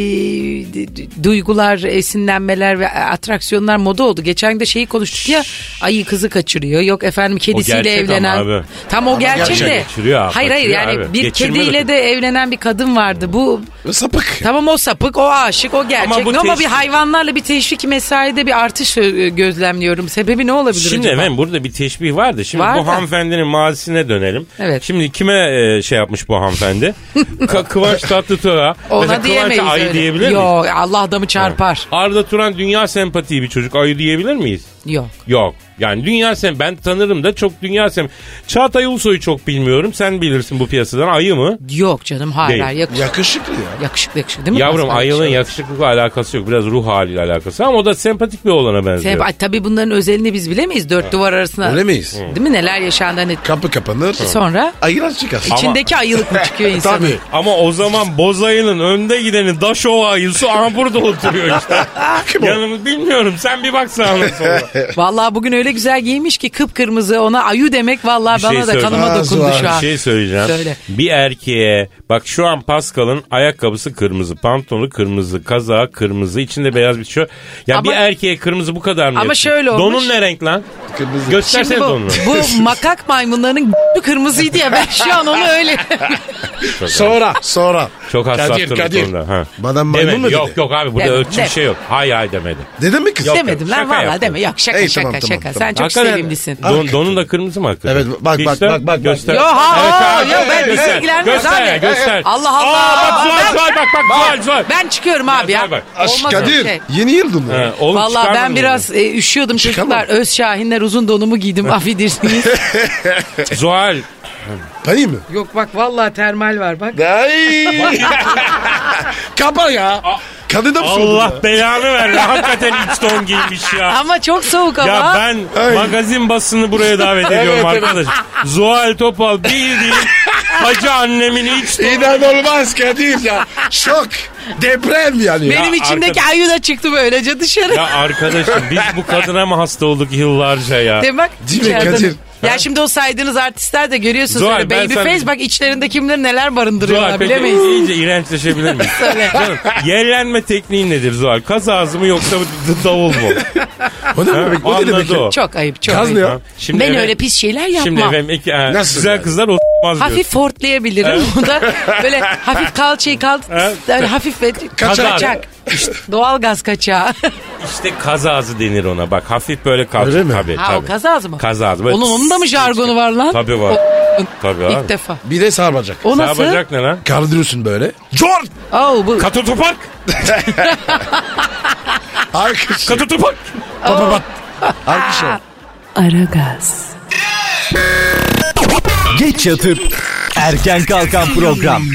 duygular, esinlenmeler ve atraksiyonlar moda oldu. Geçen de şeyi konuştuk ya, ayı kızı kaçırıyor. Yok efendim kedisiyle gerçek evlenen. ama abi. Tam o gerçek de. Geçiriyor abi, Hayır kaçırıyor yani abi. bir Geçirme kediyle de evlenen bir kadın vardı. Bu Sapık. tamam, o sapık, o aşık, o gerçek. Ama bu Ama bir teşvik- hayvanlarla bir teşvik mesaide bir artış gözlemliyorum. Sebebi ne olabilir Şimdi acaba? efendim burada bir teşbih vardı. Şimdi Var bu da. hanımefendinin mazisine dönelim. Evet. Şimdi kime şey yapmış bu hanımefendi? Kıvanç Tatlıtuğ'a. Ona Mesela diyemeyiz Kıvanç'a ayı öyle. diyebilir miyiz? Yok, Allah adamı çarpar. Arda Turan dünya sempatiği bir çocuk. Ayı diyebilir miyiz? Yok. Yok. Yani dünya ben tanırım da çok dünya Çağatay Ulusoy'u çok bilmiyorum. Sen bilirsin bu piyasadan. Ayı mı? Yok canım, hayır. Değil. Yakışıklı ya. Yakışıklı değil mi? Yavrum Pascal? ayının yakışıklıkla alakası yok. Biraz ruh haliyle alakası. Ama o da sempatik bir oğlana benziyor. Tabii bunların özelini biz bilemeyiz. Dört duvar arasında. Öyle miyiz? Değil mi? Neler yaşandı hani. Kapı kapanır. Sonra Ayılar çıkar. içindeki ayılık mı çıkıyor insanın? Tabii. Ama o zaman boz ayının önde gideni Daşova ayısı aha burada oturuyor işte. Kim o? Yanımız bilmiyorum. Sen bir bak sağına sonra. Vallahi bugün öyle güzel giymiş ki kıpkırmızı, ona ayu demek vallahi Bir şey bana da söyleyeyim. kanıma dokundu Zuhal, şu an. Bir şey söyleyeceğim. Söyle. Bir erkeğe bak şu an Pascal'ın ayakkabısı kırmızı, pantolonu kırmızı, kazağı kırmızı, içinde beyaz bir tişört. Ya Ama- bir erkeğe kırmızı bu kadar mı? Ama yakışır? şöyle olmuş. Donun ne renk lan? Kırmızı. Göstersene Şimdi donunu. bu makak maymunlarının kırmızıydı ya, ben şu an onu öyle. Sonra. Çok hassaftır bu Kadir. konuda. Ha. Bana maymun Demedi. mu dedi? Yok abi burada Demedi, ölçü bir demedi. şey yok. Hayır demedi. Dedin mi kız? Yok. Demedim lan şaka vallahi yaptım. deme. Yok şaka Ey, şaka tamam, şaka. tamam, Sen çok Hakikaten sevimlisin. Donun da kırmızı mı hakikaten? Evet, bak, Göster, bak. Göster. Yo, ben bizi ilgilenmez göster, abi. göster. Allah Allah. Aa, bak Zuhal bak Zuhal. Ben çıkıyorum abi ya. Zuhal bak. Olmaz öyle Kadir şey. yeni yıl dönüyor. Ha, oğlum Vallahi çıkarmadın ben mı biraz üşüyordum Çıkamam. çocuklar. Öz Şahinler uzun donumu giydim, affedersiniz. bunu? Zuhal. Payı mı? Yok bak vallahi termal var bak. Ay. Kapa ya. Kadın da mı soğudun Allah ya? belanı verdi. Hakikaten iç don giymiş ya. Ama çok soğuk ama. Ya ben Ay. magazin basını buraya davet ediyorum Evet, arkadaş. Zuhal Topal bildiğin hacı annemin iç donu. İnanılmaz Kadir ya. Şok. Deprem yani. Benim içimdeki ayı da çıktı böylece dışarı. Ya arkadaşım biz bu kadına mı hasta olduk yıllarca ya? Değil mi? Bak, Değil mi içeriden- Kadir? Ya şimdi o saydığınız artistler de görüyorsunuz Zuhal, öyle ben baby sana- face, bak içlerinde kimler neler barındırıyorlar Zuhal peki bilemeyiz. iyice iğrençleşebilir miyiz? Söyle. Canım, yerlenme tekniği nedir Zuhal? Kaz ağzı mı yoksa davul mu? O ne demek? O ne demek? Anladı ya? o. Çok ayıp, çok Kaz ayıp. ne ya? Şimdi Ben efendim- öyle pis şeyler yapmam. Şimdi efendim Nasıl güzel yani? kızlar o**maz Hafif fortlayabilirim. Bu da böyle hafif kalçayı Evet. böyle hafif ve Kaçak. kaçak. Doğal gaz kaçağı. İşte kaz ağzı denir ona. Bak hafif böyle kalk. Öyle mi? Tabii, Ha tabii. o kaz ağzı mı? Kaz ağzı. Böyle Onun da mı jargonu var lan? Tabii var. Tabii abi. İlk defa. Bir de sarbacak. O nasıl? Sağ ne lan? Kaldırıyorsun böyle. George! Oh, bu. Katotopark. Alkış. Katotopark. Pat. Alkış al. Aragaz, Geç yatıp erken kalkan program.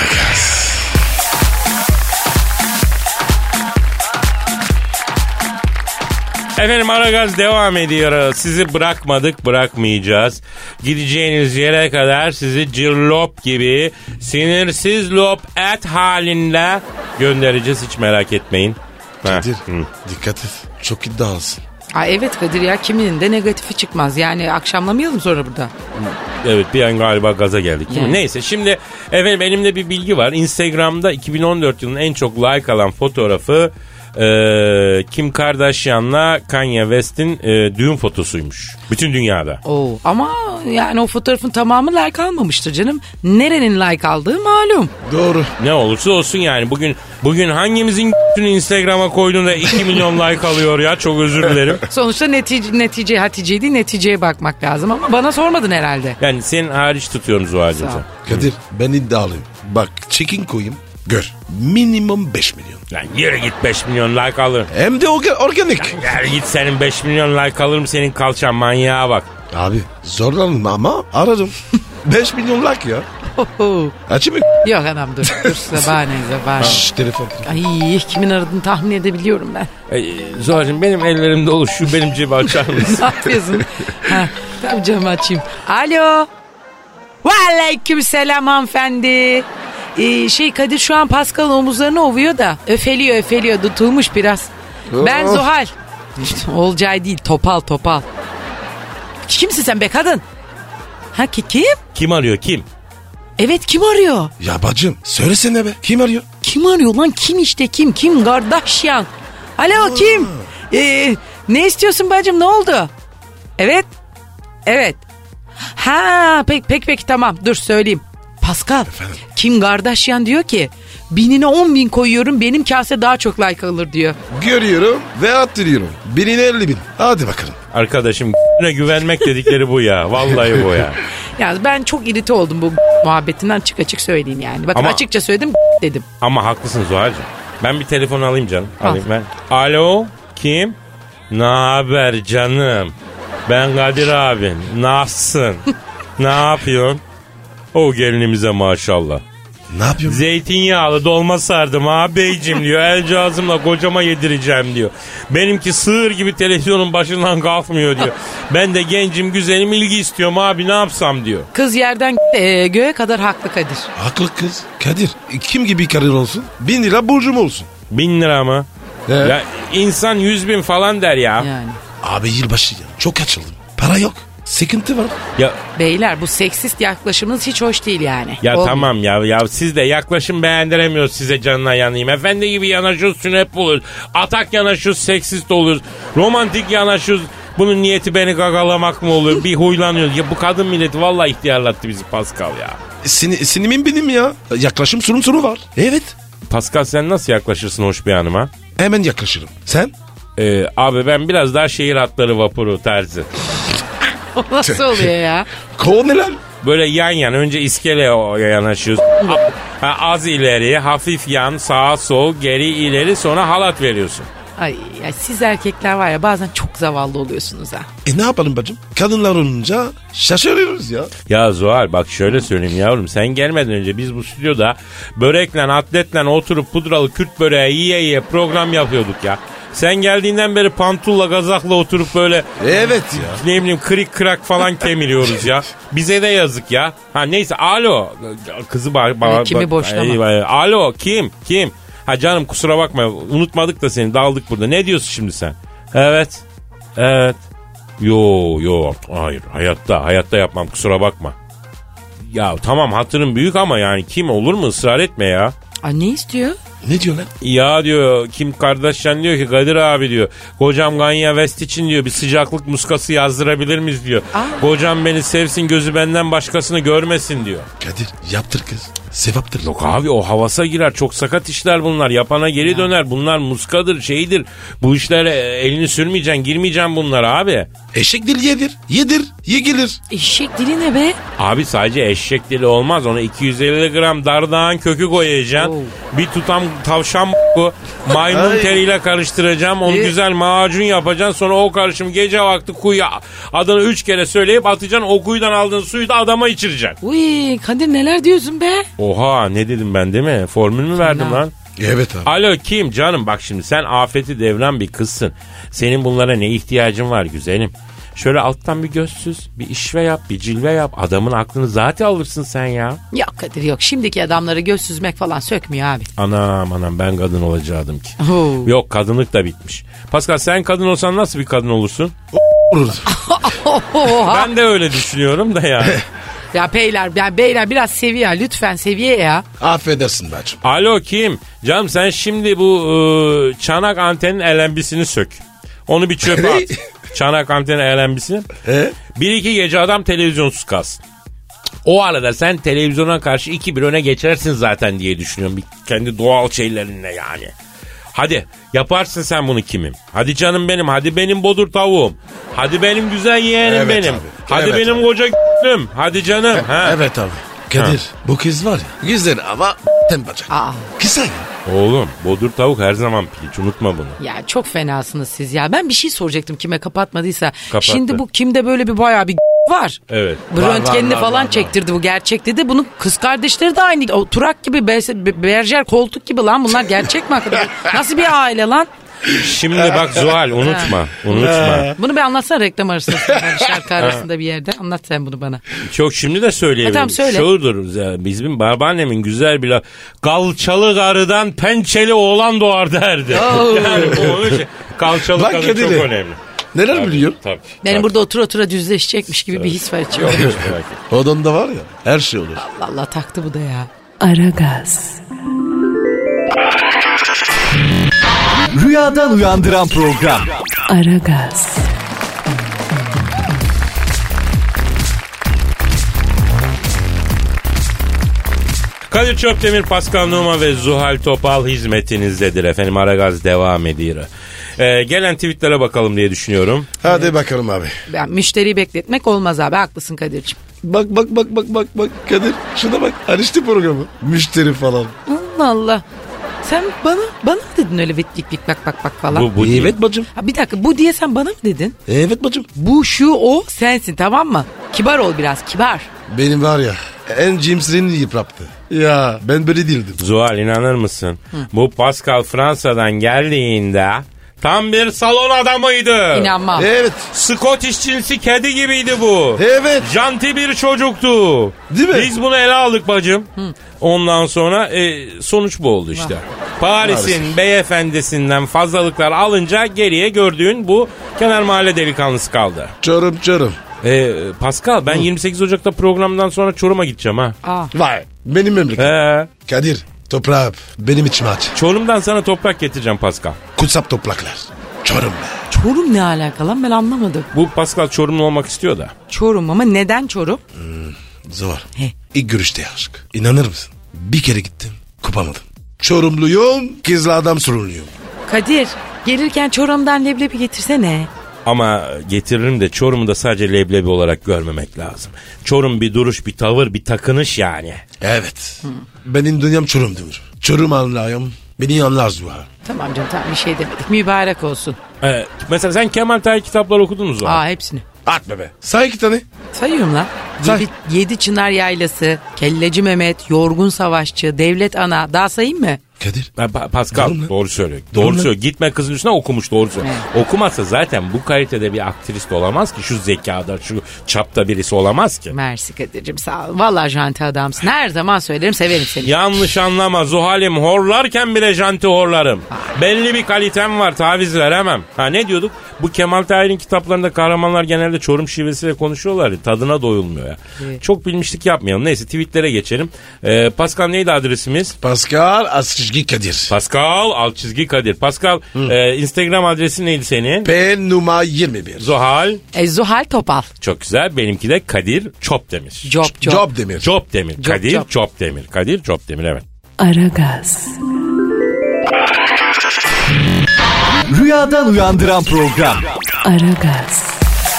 Efendim Aragaz devam ediyor. Sizi bırakmadık, bırakmayacağız. Gideceğiniz yere kadar sizi cillop gibi sinirsiz lop et halinde göndereceğiz. Hiç merak etmeyin. Kadir Heh, hı. dikkat et. Çok iddialısın. Aa, evet Kadir ya, kiminin de negatifi çıkmaz. Yani akşamlamayalım sonra burada. Evet, bir an galiba gaza geldik değil mi? Yani. Neyse, şimdi efendim elimde bir bilgi var. Instagram'da 2014 yılının en çok like alan fotoğrafı Kim Kardashian'la Kanye West'in düğün fotosuymuş. Bütün dünyada. Oo, ama yani o fotoğrafın tamamı like almamıştır canım. Nerenin like aldığı malum. Doğru. Ne olursa olsun yani. Bugün hangimizin Instagram'a koyduğunda 2 milyon like alıyor ya, çok özür dilerim. Sonuçta netice Hatice değil, neticeye bakmak lazım ama bana sormadın herhalde. Yani senin hariç tutuyorum Zuhal'cığım Sağ ol. sen. Kadir ben iddialıyım. Bak çekin koyayım. Gör. Minimum 5 milyon. Yani yürü git, 5 milyon like alırım. Hem de organik. Gel git, senin 5 milyon like alırım, senin kalçan, manyağa bak. Abi zorlandım ama aradım. 5 milyon like ya. Açayım mı? Yok anam dur. Dur zabane. Şşş telefon. Ay kimin aradığını tahmin edebiliyorum ben. Zuhal'cığım benim ellerimde olur, şu benim cebi açar mısın? Ne yapıyorsun? Ha, tabii camı açayım. Alo. Aleyküm selam hanımefendi. Kadir şu an Pascal'ın omuzlarını ovuyor da öfeliyor tutulmuş biraz. Ben Zuhal. Olcay değil, Topal. Kimsin sen be kadın? Ha kim? Kim arıyor, kim? Evet, kim arıyor? Ya bacım söylesene be. Kim arıyor? Kim arıyor lan, kim işte kim Kardashian. Alo kim? Ne istiyorsun bacım, ne oldu? Evet. Ha pek tamam, dur söyleyeyim. Pascal, Efendim? Kim Kardashian diyor ki 1000'ine 10.000 koyuyorum, benim kase daha çok like alır diyor. Görüyorum ve attırıyorum. Birine 50.000. Hadi bakalım. Arkadaşım güvenmek dedikleri bu ya. Vallahi bu ya. Yani ben çok irite oldum bu muhabbetinden, açık söyleyeyim yani. Bakın Ama- açıkça söyledim dedim. Ama haklısın Zuhal'cığım. Ben bir telefon alayım canım. Al. Alayım ben. Alo, kim? Ne haber canım? Ben Kadir abin. Nasılsın? Ne yapıyorsun? O gelinimize maşallah. Ne yapıyorsun? Zeytinyağlı dolma sardım ağabeyciğim diyor. El cihazımla kocama yedireceğim diyor. Benimki sığır gibi televizyonun başından kalkmıyor diyor. Ben de gencim güzelim, ilgi istiyorum abi, ne yapsam diyor. Kız yerden göğe kadar haklı Kadir. Haklı kız. Kadir kim gibi karın olsun? 1000 lira borcum olsun. 1000 lira mı? He. Ya insan 100.000 falan der ya. Yani. Abi yılbaşı ya. Çok açıldım. Para yok. Sıkıntı var. Ya Beyler, bu seksist yaklaşımınız hiç hoş değil yani. ya Olmuyor. tamam ya siz de yaklaşım beğendiremiyoruz, size canına yanayım. Efendi gibi yanaşıyoruz, sünep oluyoruz. Atak yanaşıyoruz, seksist oluyoruz. Romantik yanaşıyoruz. Bunun niyeti beni gagalamak mı oluyor? Bir huylanıyoruz. Ya bu kadın milleti vallahi ihtiyarlattı bizi Pascal ya. Sinimin benim ya. Yaklaşım sorun var. Evet. Pascal, sen nasıl yaklaşırsın hoş bir hanıma? Hemen yaklaşırım. Sen? Abi ben biraz daha şehir hatları vapuru tarzı. O nasıl oluyor ya? Kol neler? Böyle yan yan, önce iskeleye yanaşıyoruz. Az ileri, hafif yan, sağa sol, geri ileri, sonra halat veriyorsun. Ay ya, siz erkekler var ya, bazen çok zavallı oluyorsunuz ha. Ne yapalım bacım? Kadınlar olunca şaşırıyoruz ya. Ya Zuhal bak şöyle söyleyeyim yavrum, sen gelmeden önce biz bu stüdyoda börekle atletle oturup pudralı Kürt böreği yiye program yapıyorduk ya. Sen geldiğinden beri pantulla gazakla oturup böyle Evet ya. ne bileyim kırık kırak falan kemiriyoruz ya. Bize de yazık ya. Ha neyse, alo. Kızı kimi boşlama. Alo, kim? Ha canım, kusura bakma, unutmadık da seni, daldık burada. Ne diyorsun şimdi sen? Evet. Yo hayır, hayatta yapmam, kusura bakma. Ya tamam, hatırım büyük ama yani kim, olur mu, ısrar etme ya. Ay ne istiyor? Ne diyor lan? Ya diyor Kim Kardashian diyor ki Kadir abi diyor. Kocam Kanye West için diyor bir sıcaklık muskası yazdırabilir miyiz diyor. Kocam beni sevsin gözü benden başkasını görmesin diyor. Kadir yaptır kız. Sevaptır. Yok abi o havasa girer. Çok sakat işler bunlar. Yapana geri döner. Bunlar muskadır şeydir. Bu işlere elini sürmeyeceksin girmeyeceksin bunlara abi. Eşek dili yedir. Yedir. Ye gelir. Eşek dili ne be? Abi sadece eşek dili olmaz. Ona 250 gram dardağın kökü koyacaksın. Bir tutam tavşan maymun teriyle karıştıracağım. Onu güzel macun yapacaksın. Sonra o karışımı gece vakti kuyuya adını 3 kere söyleyip atacaksın. O kuyudan aldığın suyu da adama içireceksin. Uy Kadir neler diyorsun be? Oha ne dedim ben değil mi? Formül mü verdim lan? Evet abi. Alo kim canım bak şimdi sen afeti devran bir kızsın. Senin bunlara ne ihtiyacın var güzelim? Şöyle alttan bir gözsüz bir işve yap bir cilve yap. Adamın aklını zaten alırsın sen ya. Yok Kadir yok. Şimdiki adamları göz süzmek falan sökmüyor abi. Anam ben kadın olacaktım ki. Oo. Yok kadınlık da bitmiş. Pascal sen kadın olsan nasıl bir kadın olursun? Ben de öyle düşünüyorum da yani. Ya beyler biraz seviye lütfen seviye ya. Affedersin bacım. Alo kim? Canım sen şimdi bu çanak antenin elembisini sök. Onu bir çöpe at. Çanak antenin elembisini. Bir iki gece adam televizyonsuz kalsın. O arada sen televizyona karşı 2-1 öne geçersin zaten diye düşünüyorum. Kendi doğal şeylerinle yani. Hadi yaparsın sen bunu kimim? Hadi canım benim, hadi benim bodur tavuğum. Hadi benim güzel yeğenim evet benim. Abi. Hadi evet benim abi. koca g***üm. Hadi canım. Evet abi. Kadir bu kız var ya güzel ama bacak. Kısa ya. Oğlum bodur tavuk her zaman piliç unutma bunu. Ya çok fenasınız siz ya. Ben bir şey soracaktım kime kapatmadıysa. Kapattı. Şimdi bu kimde böyle bir bayağı bir var. Evet. Bu röntgenini var, falan var. çektirdi bu gerçek dedi. Bunun kız kardeşleri de aynı. O Turak gibi berjer koltuk gibi lan bunlar gerçek mi hakikaten? Nasıl bir aile lan? Şimdi bak Zuhal unutma. Bunu bir anlatsana reklam arasında. Şarkı arasında bir yerde. Anlat sen bunu bana. Çok şimdi de söyleyebilirim. Tamam söyle. Şudur ya, bizim babaannemin güzel bir laf. Kalçalı karıdan pençeli oğlan doğar derdi. Yani onun için kalçalı Bak karı çok Kadir'e. önemli. Neler biliyorum? Tabii. Benim burada otura düzleşecekmiş gibi bir his var içimde. Odanda var ya her şey olur. Allah taktı bu da ya. Aragaz, Rüyadan uyandıran program. Aragaz, Kadir Çöptemir, Pascal Numa ve Zuhal Topal hizmetinizdedir efendim. Aragaz devam ediyor. Gelen tweetlere bakalım diye düşünüyorum. Hadi bakalım abi. Ben müşteriyi bekletmek olmaz abi. Haklısın Kadir'ciğim. Bak Kadir şuna bak Arişte programı. Müşteri falan. Allah Allah. Sen bana mı dedin öyle vik bak falan? Bu Evet bacım. Ha, bir dakika bu diye sen bana mı dedin? Evet bacım. Bu şu o sensin tamam mı? Kibar ol biraz kibar. Benim var ya en cimsini yıprattı. Ya ben böyle değildim. Zuhal inanır mısın? Bu Pascal Fransa'dan geldiğinde tam bir salon adamıydı. İnanmam. Evet. Scottish cinsi kedi gibiydi bu. Evet. Janti bir çocuktu. Değil mi? Biz bunu ele aldık bacım. Ondan sonra sonuç bu oldu işte. Paris'in beyefendisinden fazlalıklar alınca geriye gördüğün bu kenar mahalle delikanlısı kaldı. Çorum. Pascal ben 28 Ocak'ta programdan sonra Çorum'a gideceğim ha. Vay benim memleket. Kadir toprağı benim içim aç. Çorum'dan sana toprak getireceğim Pascal. Kutsal topraklar. Çorum be. Çorum ne alakalı ben anlamadım. Bu Pascal Çorumlu olmak istiyor da. Çorum ama neden Çorum? Zor. He. İlk görüşte aşk. İnanır mısın? Bir kere gittim kopamadım. Çorumluyum kızlı adam sorumluyum. Kadir gelirken Çorum'dan leblebi getirsene. Ama getiririm de Çorum'u da sadece leblebi olarak görmemek lazım. Çorum bir duruş, bir tavır, bir takınış yani. Evet. Benim dünyam Çorum'dur. Çorum anlayayım. Beni anlar Zuhal. Tamam canım tamam bir şey demedik mübarek olsun. Mesela sen Kemal Tahir kitapları okudun mu Zuhal? Hepsini. Atma be. Say iki tane. Sayıyorum lan. Say. Yedi Çınar Yaylası, Kelleci Mehmet, Yorgun Savaşçı, Devlet Ana. Daha sayayım mı? Kadir. Pascal doğru söylüyor. Doğru söylüyor. Gitme kızın üstüne okumuş doğru söylüyor. Evet. Okumazsa zaten bu kalitede bir aktrist olamaz ki. Şu zekada, şu çapta birisi olamaz ki. Mersi Kadir'cim sağ ol. Vallahi janti adamsın. Her zaman söylerim severim seni. Yanlış anlama Zuhal'im, horlarken bile janti horlarım. Belli bir kalitem var, taviz veremem. Ne diyorduk? Bu Kemal Tahir'in kitaplarında kahramanlar genelde Çorum şivesiyle konuşuyorlar ya, tadına doyulmuyor ya. Çok bilmişlik yapmayalım. Neyse tweetlere geçelim. Pascal neydi adresimiz? Pascal Askışgi Kadir. Pascal alt çizgi Kadir. Pascal Instagram adresi neydi senin? P numara 21. Zuhal. Zuhal Topal. Çok güzel. Benimki de Kadir Çopdemir. Job Demir. Çopdemir. Kadir Çopdemir. Kadir Çopdemir, evet. Aragaz, Rüyadan uyandıran program. Aragaz,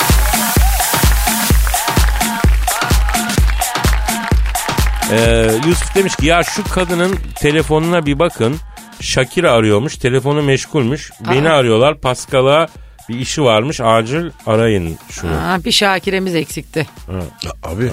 Yusuf demiş ki ya şu kadının telefonuna bir bakın. Shakira arıyormuş. Telefonu meşgulmüş. Beni arıyorlar. Pascal'a bir işi varmış. Acil arayın şunu. Bir Şakir'emiz eksikti. Abi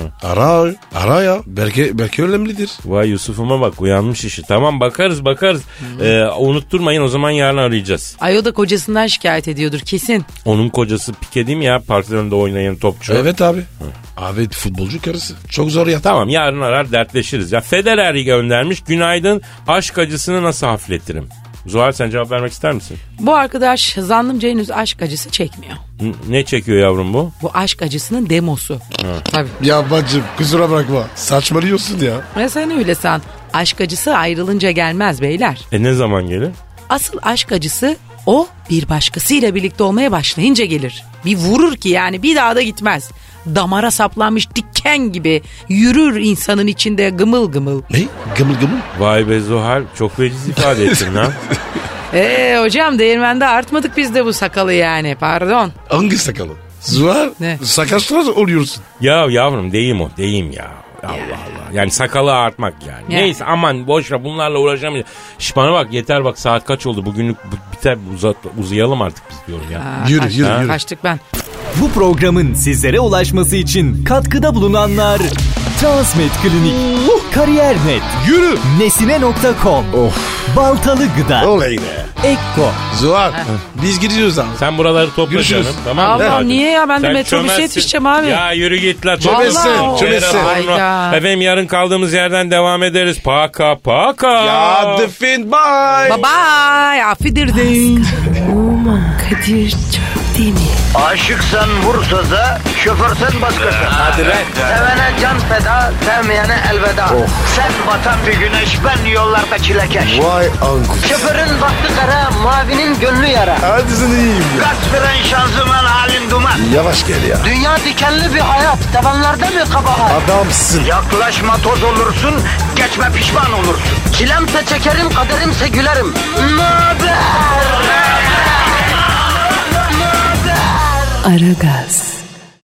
ara ya. Belki önemlidir. Vay Yusuf'uma bak, uyanmış işi. Tamam bakarız. Unutturmayın, o zaman yarın arayacağız. Ay o da kocasından şikayet ediyordur kesin. Onun kocası Pique değil mi ya? Barcelona'da oynayan topçu. Evet abi. Abi futbolcu karısı. Çok zor ya. Tamam, yarın arar dertleşiriz. Ya Federer göndermiş. Günaydın, aşk acısını nasıl hafifletirim? Zuhal, sen cevap vermek ister misin? Bu arkadaş zannımca henüz aşk acısı çekmiyor. Ne çekiyor yavrum bu? Bu aşk acısının demosu. Tabii. Ya bacım kusura bakma. Saçmalıyorsun ya. Ve sen öyle san. Aşk acısı ayrılınca gelmez beyler. Ne zaman gelir? Asıl aşk acısı o bir başkasıyla birlikte olmaya başlayınca gelir. Bir vurur ki yani bir daha da gitmez. Damara saplanmış diken gibi yürür insanın içinde gımıl gımıl. Ne? Gımıl gımıl? Vay be Zuhal, çok veciz ifade ettin ha. Hocam değirmende artmadık biz de bu sakalı yani, pardon. Hangi sakalı? Zuhal Ne? Sakaşlar oluyorsun. Ya yavrum deyim ya. Allah Allah. Yani sakalı artmak yani. Neyse aman boş ver, bunlarla uğraşamayacağım. Şş, bana bak, yeter bak, saat kaç oldu? Bugünlük biter, uzayalım artık biz diyorum ya. Yürü. Kaçtık ben. Bu programın sizlere ulaşması için katkıda bulunanlar: Transmed Klinik, Kariyer.net, Yürü. Nesine.com, Baltalı Gıda, Oley be. Ekko. Zuhal biz gidiyoruz abi. Sen buraları topla Görüşürüz. canım. Tamam mı? Allah Hadi. niye ya, ben de Sen metrobüse çömezsin. yetişeceğim abi. Ya yürü git la. Çömezsin. Hayda. Efendim yarın kaldığımız yerden devam ederiz. Paka. Ya defin bye. Bye bye. Affedersin. Oman, Kadir çok değil mi? Aşıksan vursa da, şoförsen başkasın. Hadi be. Sevene can feda, sevmeyene elveda. Sen batan bir güneş, ben yollarda çilekeş. Vay anku. Şoförün baktı kara, mavinin gönlü yara. Hadi sen iyiyim ya. Kasperen şanzıman halin duman. Yavaş gel ya. Dünya dikenli bir hayat, sevenlerde mi kabahar? Adamsın. Yaklaşma toz olursun, geçme pişman olursun. Çilemse çekerim, kaderimse gülerim. Möber! Aragaz.